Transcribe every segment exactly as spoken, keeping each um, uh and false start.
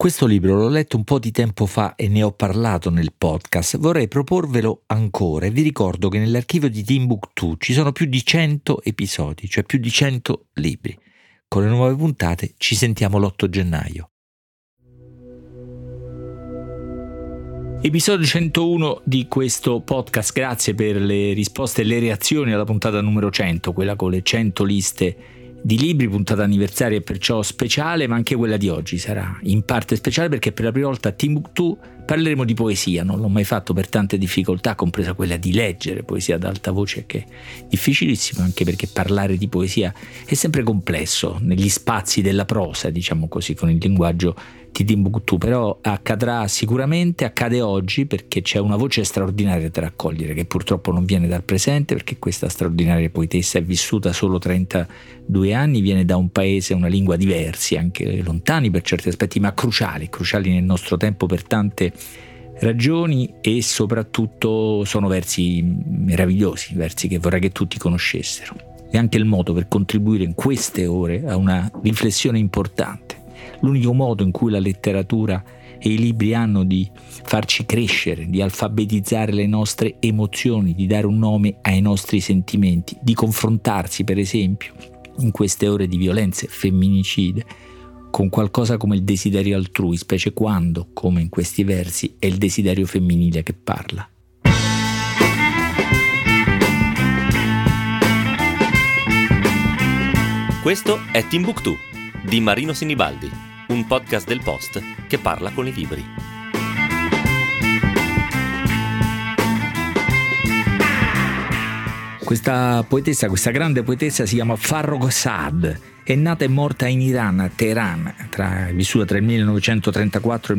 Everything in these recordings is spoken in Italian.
Questo libro l'ho letto un po' di tempo fa e ne ho parlato nel podcast. Vorrei proporvelo ancora e vi ricordo che nell'archivio di Timbuktu ci sono più di cento episodi, cioè più di cento libri. Con le nuove puntate ci sentiamo l'otto gennaio. Episodio centouno di questo podcast, grazie per le risposte e le reazioni alla puntata numero cento, quella con le cento liste di libri, puntata anniversaria e perciò speciale, ma anche quella di oggi sarà in parte speciale perché per la prima volta a Timbuktu parleremo di poesia. Non l'ho mai fatto per tante difficoltà, compresa quella di leggere poesia ad alta voce, che è difficilissimo, anche perché parlare di poesia è sempre complesso negli spazi della prosa, diciamo così, con il linguaggio di Timbuktu. Però accadrà sicuramente, accade oggi perché c'è una voce straordinaria da raccogliere che purtroppo non viene dal presente, perché questa straordinaria poetessa è vissuta solo trentadue anni, viene da un paese, una lingua diversi, anche lontani per certi aspetti, ma cruciali, cruciali nel nostro tempo per tante ragioni, e soprattutto sono versi meravigliosi, versi che vorrei che tutti conoscessero. È anche il modo per contribuire in queste ore a una riflessione importante. L'unico modo in cui la letteratura e i libri hanno di farci crescere, di alfabetizzare le nostre emozioni, di dare un nome ai nostri sentimenti, di confrontarsi, per esempio, in queste ore di violenze femminicide, con qualcosa come il desiderio altrui, specie quando, come in questi versi, è il desiderio femminile che parla. Questo è Timbuktu di Marino Sinibaldi, un podcast del Post che parla con i libri. Questa poetessa, questa grande poetessa si chiama Farrokhzad, è nata e morta in Iran, a Teheran, tra, vissuta tra il millenovecentotrentaquattro e il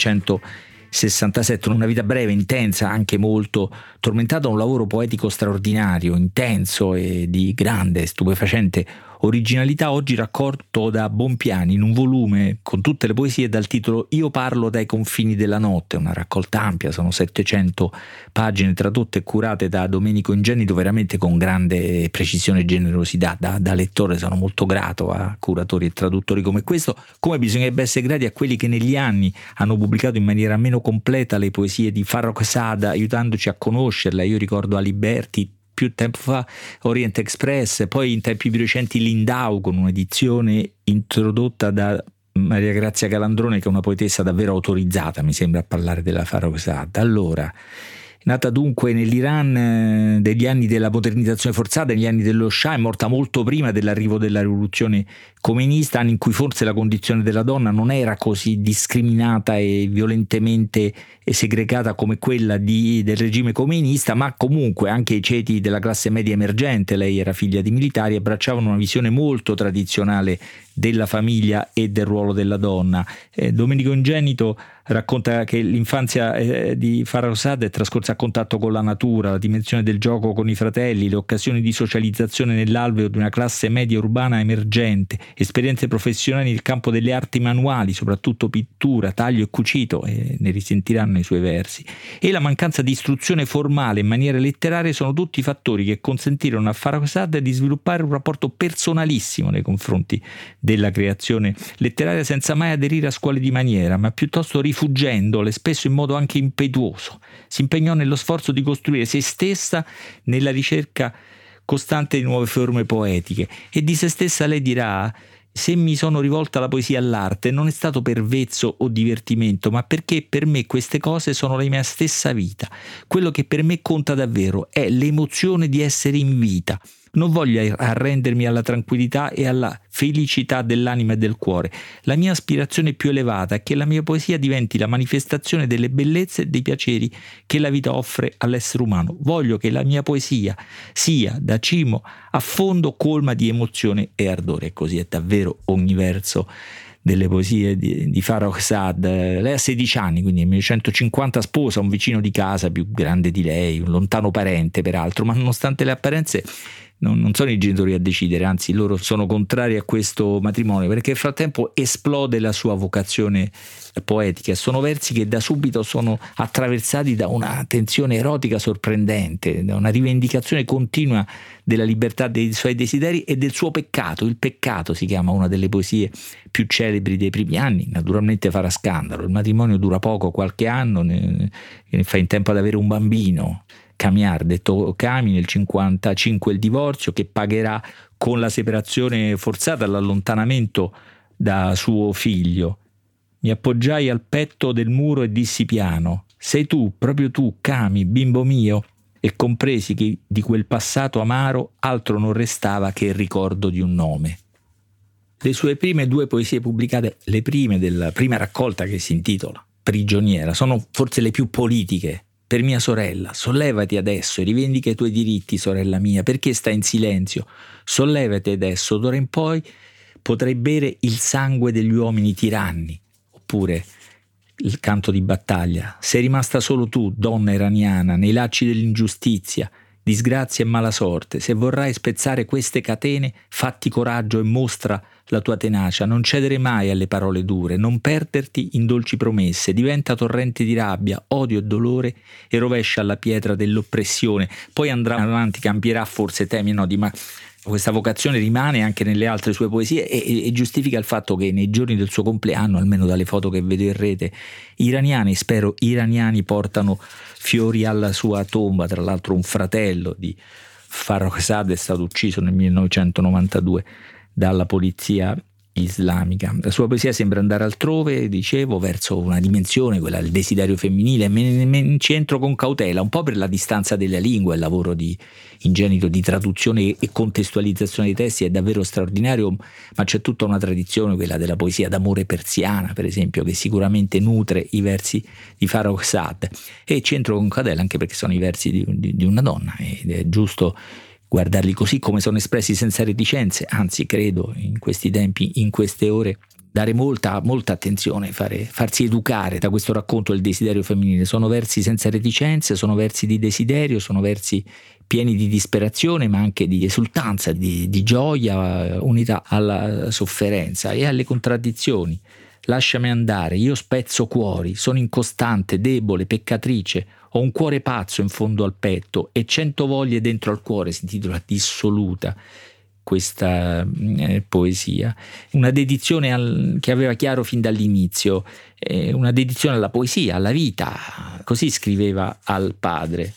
millenovecentosessantasette, una vita breve, intensa, anche molto tormentata, un lavoro poetico straordinario, intenso e di grande, stupefacente originalità, oggi raccolto da Bompiani in un volume con tutte le poesie dal titolo Io parlo dai confini della notte, una raccolta ampia, sono settecento pagine tradotte e curate da Domenico Ingenito, veramente con grande precisione e generosità. Da, da lettore sono molto grato a curatori e traduttori come questo, come bisognerebbe essere grati a quelli che negli anni hanno pubblicato in maniera meno completa le poesie di Farrokhzad, aiutandoci a conoscerla. Io ricordo Aliberti, più tempo fa Orient Express, poi in tempi più recenti Lindau con un'edizione introdotta da Maria Grazia Calandrone, che è una poetessa davvero autorizzata, mi sembra, a parlare della Farrokhzad. Allora, nata dunque nell'Iran eh, degli anni della modernizzazione forzata, negli anni dello Shah, è morta molto prima dell'arrivo della rivoluzione comunista, anni in cui forse la condizione della donna non era così discriminata e violentemente segregata come quella di, del regime comunista, ma comunque anche i ceti della classe media emergente, lei era figlia di militari, abbracciavano una visione molto tradizionale della famiglia e del ruolo della donna. Eh, Domenico Ingenito racconta che l'infanzia eh, di Farrokhzad è trascorsa a contatto con la natura, la dimensione del gioco con i fratelli, le occasioni di socializzazione nell'alveo di una classe media urbana emergente, esperienze professionali nel campo delle arti manuali, soprattutto pittura, taglio e cucito, e ne risentiranno i suoi versi, e la mancanza di istruzione formale in maniere letterarie sono tutti fattori che consentirono a Farrokhzad di sviluppare un rapporto personalissimo nei confronti della creazione letteraria, senza mai aderire a scuole di maniera, ma piuttosto rifuggendole, spesso in modo anche impetuoso. Si impegnò nello sforzo di costruire se stessa nella ricerca costante di nuove forme poetiche, e di se stessa lei dirà: se mi sono rivolta alla poesia e all'arte non è stato per vezzo o divertimento, ma perché per me queste cose sono la mia stessa vita. Quello che per me conta davvero è l'emozione di essere in vita. Non voglio arrendermi alla tranquillità e alla felicità dell'anima e del cuore. La mia aspirazione più elevata è che la mia poesia diventi la manifestazione delle bellezze e dei piaceri che la vita offre all'essere umano. Voglio che la mia poesia sia, da cimo a fondo, colma di emozione e ardore. E così è davvero ogni verso delle poesie di, di Farrokhzad. Lei ha sedici anni, quindi nel millenovecentocinquanta sposa un vicino di casa più grande di lei, un lontano parente peraltro, ma nonostante le apparenze non, non sono i genitori a decidere, anzi loro sono contrari a questo matrimonio, perché nel frattempo esplode la sua vocazione poetica. Sono versi che da subito sono attraversati da una tensione erotica sorprendente, da una rivendicazione continua della libertà dei suoi desideri e del suo peccato. Il peccato si chiama una delle poesie più celebri dei primi anni, naturalmente farà scandalo. Il matrimonio dura poco, qualche anno, ne, ne fa in tempo ad avere un bambino, Camiar, detto Cami, nel cinquantacinque il divorzio, che pagherà con la separazione forzata, l'allontanamento da suo figlio. Mi appoggiai al petto del muro e dissi piano: sei tu, proprio tu, Cami, bimbo mio? E compresi che di quel passato amaro altro non restava che il ricordo di un nome. Le sue prime due poesie pubblicate, le prime della prima raccolta, che si intitola Prigioniera, sono forse le più politiche. Per mia sorella, sollevati adesso e rivendica i tuoi diritti, sorella mia, perché stai in silenzio? Sollevati adesso, d'ora in poi potrai bere il sangue degli uomini tiranni. Oppure il canto di battaglia: sei rimasta solo tu, donna iraniana, nei lacci dell'ingiustizia, disgrazia e mala sorte. Se vorrai spezzare queste catene, fatti coraggio e mostra la tua tenacia, non cedere mai alle parole dure, non perderti in dolci promesse, diventa torrente di rabbia, odio e dolore e rovescia la pietra dell'oppressione. Poi andrà avanti, cambierà forse temi, no, di ma questa vocazione rimane anche nelle altre sue poesie e, e, e giustifica il fatto che nei giorni del suo compleanno, almeno dalle foto che vedo in rete, iraniani, spero iraniani, portano fiori alla sua tomba. Tra l'altro un fratello di Farrokhzad è stato ucciso nel millenovecentonovantadue dalla polizia islamica. La sua poesia sembra andare altrove, dicevo, verso una dimensione, quella del desiderio femminile. Me ne ci entro con cautela, un po' per la distanza della lingua. Il lavoro di ingenito di traduzione e contestualizzazione dei testi è davvero straordinario, ma c'è tutta una tradizione, quella della poesia d'amore persiana, per esempio, che sicuramente nutre i versi di Farrokhzad. E ci entro con cautela anche perché sono i versi di, di, di una donna, ed è giusto guardarli così come sono espressi, senza reticenze. Anzi, credo in questi tempi, in queste ore, dare molta, molta attenzione, fare, farsi educare da questo racconto del desiderio femminile. Sono versi senza reticenze, sono versi di desiderio, sono versi pieni di disperazione, ma anche di esultanza, di, di gioia, unita alla sofferenza e alle contraddizioni. Lasciami andare, io spezzo cuori, sono incostante, debole, peccatrice, ho un cuore pazzo in fondo al petto e cento voglie dentro al cuore, si intitola Dissoluta questa eh, poesia. Una dedizione al, che aveva chiaro fin dall'inizio, eh, una dedizione alla poesia, alla vita, così scriveva al padre.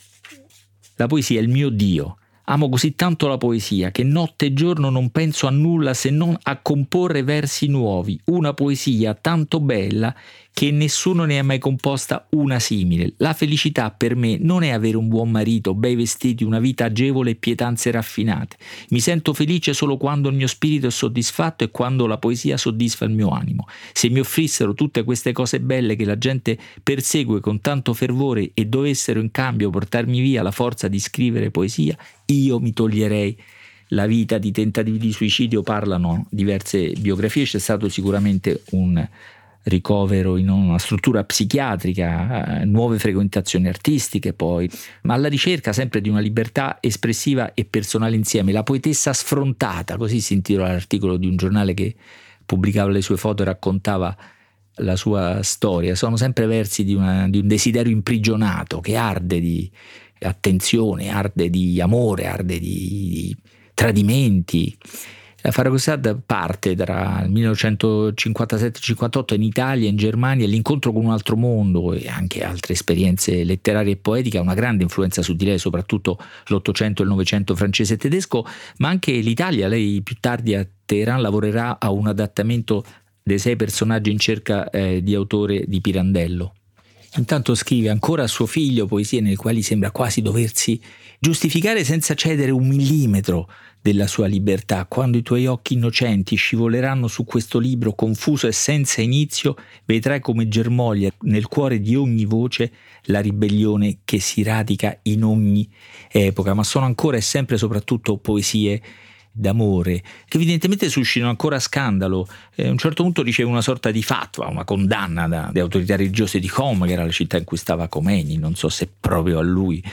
La poesia è il mio Dio. Amo così tanto la poesia che notte e giorno non penso a nulla se non a comporre versi nuovi, una poesia tanto bella che nessuno ne ha mai composta una simile. La felicità per me non è avere un buon marito, bei vestiti, una vita agevole e pietanze raffinate. Mi sento felice solo quando il mio spirito è soddisfatto e quando la poesia soddisfa il mio animo. Se mi offrissero tutte queste cose belle che la gente persegue con tanto fervore e dovessero in cambio portarmi via la forza di scrivere poesia, io mi toglierei la vita. Di tentativi di suicidio parlano diverse biografie, c'è stato sicuramente un ricovero in una struttura psichiatrica, eh, nuove frequentazioni artistiche poi, ma alla ricerca sempre di una libertà espressiva e personale insieme. La poetessa sfrontata, così si intitola l'articolo di un giornale che pubblicava le sue foto e raccontava la sua storia. Sono sempre versi di, una, di un desiderio imprigionato che arde di attenzione, arde di amore, arde di, di tradimenti. La Farrokhzad parte tra il millenovecentocinquantasette cinquantotto in Italia, in Germania, l'incontro con un altro mondo e anche altre esperienze letterarie e poetiche ha una grande influenza su di lei, soprattutto l'Ottocento e il Novecento francese e tedesco, ma anche l'Italia. Lei più tardi a Teheran lavorerà a un adattamento dei sei personaggi in cerca eh, di autore di Pirandello. Intanto scrive ancora a suo figlio poesie nelle quali sembra quasi doversi giustificare senza cedere un millimetro della sua libertà. Quando i tuoi occhi innocenti scivoleranno su questo libro confuso e senza inizio, vedrai come germoglia nel cuore di ogni voce la ribellione che si radica in ogni epoca. Ma sono ancora e sempre soprattutto poesie d'amore che evidentemente suscitano ancora scandalo. Eh, a un certo punto riceve una sorta di fatwa, una condanna da, da autorità religiose di Qom, che era la città in cui stava Khomeini. Non so se proprio a lui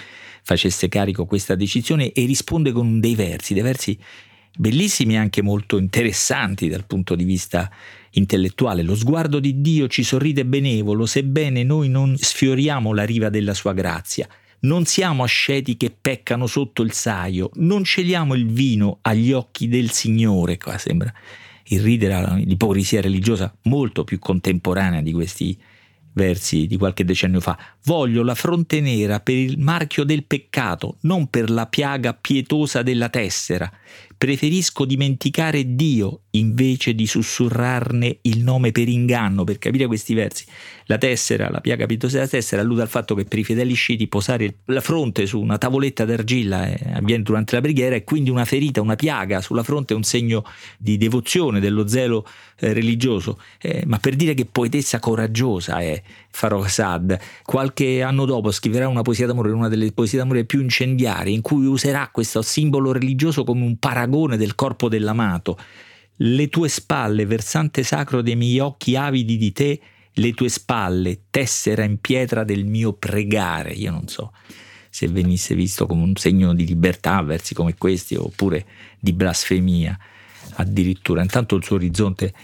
facesse carico questa decisione, e risponde con dei versi, dei versi bellissimi e anche molto interessanti dal punto di vista intellettuale. Lo sguardo di Dio ci sorride benevolo, sebbene noi non sfioriamo la riva della sua grazia. Non siamo asceti che peccano sotto il saio, non celiamo il vino agli occhi del Signore. Qua sembra il ridere, l'ipocrisia religiosa molto più contemporanea di questi versi di qualche decennio fa. Voglio la fronte nera per il marchio del peccato, non per la piaga pietosa della tessera. Preferisco dimenticare Dio invece di sussurrarne il nome per inganno. Per capire questi versi, la tessera, la piaga pietosa della tessera, allude al fatto che per i fedeli sciti posare la fronte su una tavoletta d'argilla eh, avviene durante la preghiera, e quindi una ferita, una piaga sulla fronte è un segno di devozione, dello zelo eh, religioso. Eh, ma per dire che poetessa coraggiosa è Farrokhzad. Qualche anno dopo scriverà una poesia d'amore, una delle poesie d'amore più incendiarie, in cui userà questo simbolo religioso come un paragone del corpo dell'amato. Le tue spalle, versante sacro dei miei occhi avidi di te, le tue spalle, tessera in pietra del mio pregare. Io non so se venisse visto come un segno di libertà versi come questi, oppure di blasfemia addirittura. Intanto il suo orizzonte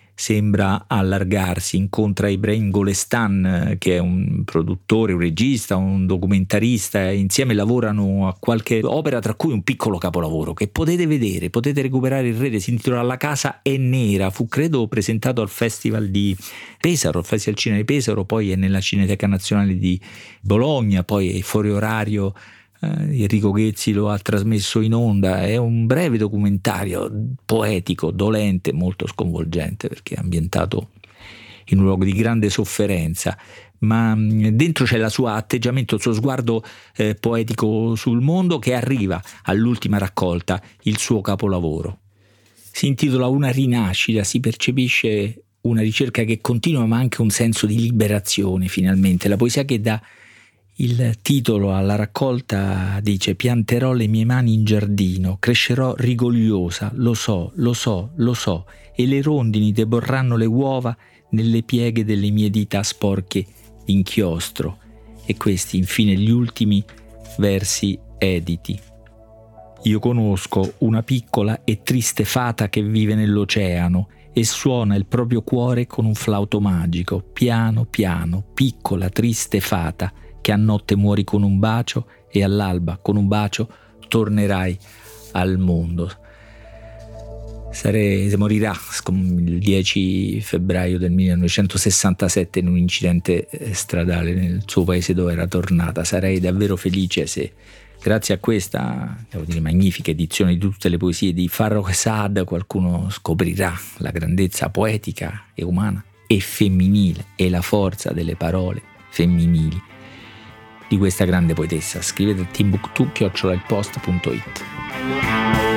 sembra allargarsi, incontra Ibrahim Golestan, che è un produttore, un regista, un documentarista, e insieme lavorano a qualche opera, tra cui un piccolo capolavoro che potete vedere, potete recuperare in rete, si intitola La casa è nera, fu credo presentato al Festival di Pesaro, al Festival Cinema di Pesaro, poi è nella Cineteca Nazionale di Bologna, poi è fuori orario. Uh, Enrico Ghezzi lo ha trasmesso in onda. È un breve documentario poetico, dolente, molto sconvolgente, perché è ambientato in un luogo di grande sofferenza, ma mh, dentro c'è il suo atteggiamento, il suo sguardo eh, poetico sul mondo, che arriva all'ultima raccolta, il suo capolavoro. Si intitola Una rinascita, si percepisce una ricerca che continua, ma anche un senso di liberazione finalmente. La poesia che dà il titolo alla raccolta dice: pianterò le mie mani in giardino, crescerò rigogliosa, lo so, lo so, lo so, e le rondini deborranno le uova nelle pieghe delle mie dita sporche d'inchiostro. E questi infine gli ultimi versi editi. Io conosco una piccola e triste fata che vive nell'oceano e suona il proprio cuore con un flauto magico, piano piano, piccola triste fata, che a notte muori con un bacio e all'alba con un bacio tornerai al mondo. Sare, morirà il dieci febbraio del millenovecentosessantasette in un incidente stradale nel suo paese dove era tornata. Sarei davvero felice se, grazie a questa, devo dire, magnifica edizione di tutte le poesie di Farrokhzad, qualcuno scoprirà la grandezza poetica e umana e femminile e la forza delle parole femminili di questa grande poetessa. Scrivete a timbuktu chiocciola il post punto it.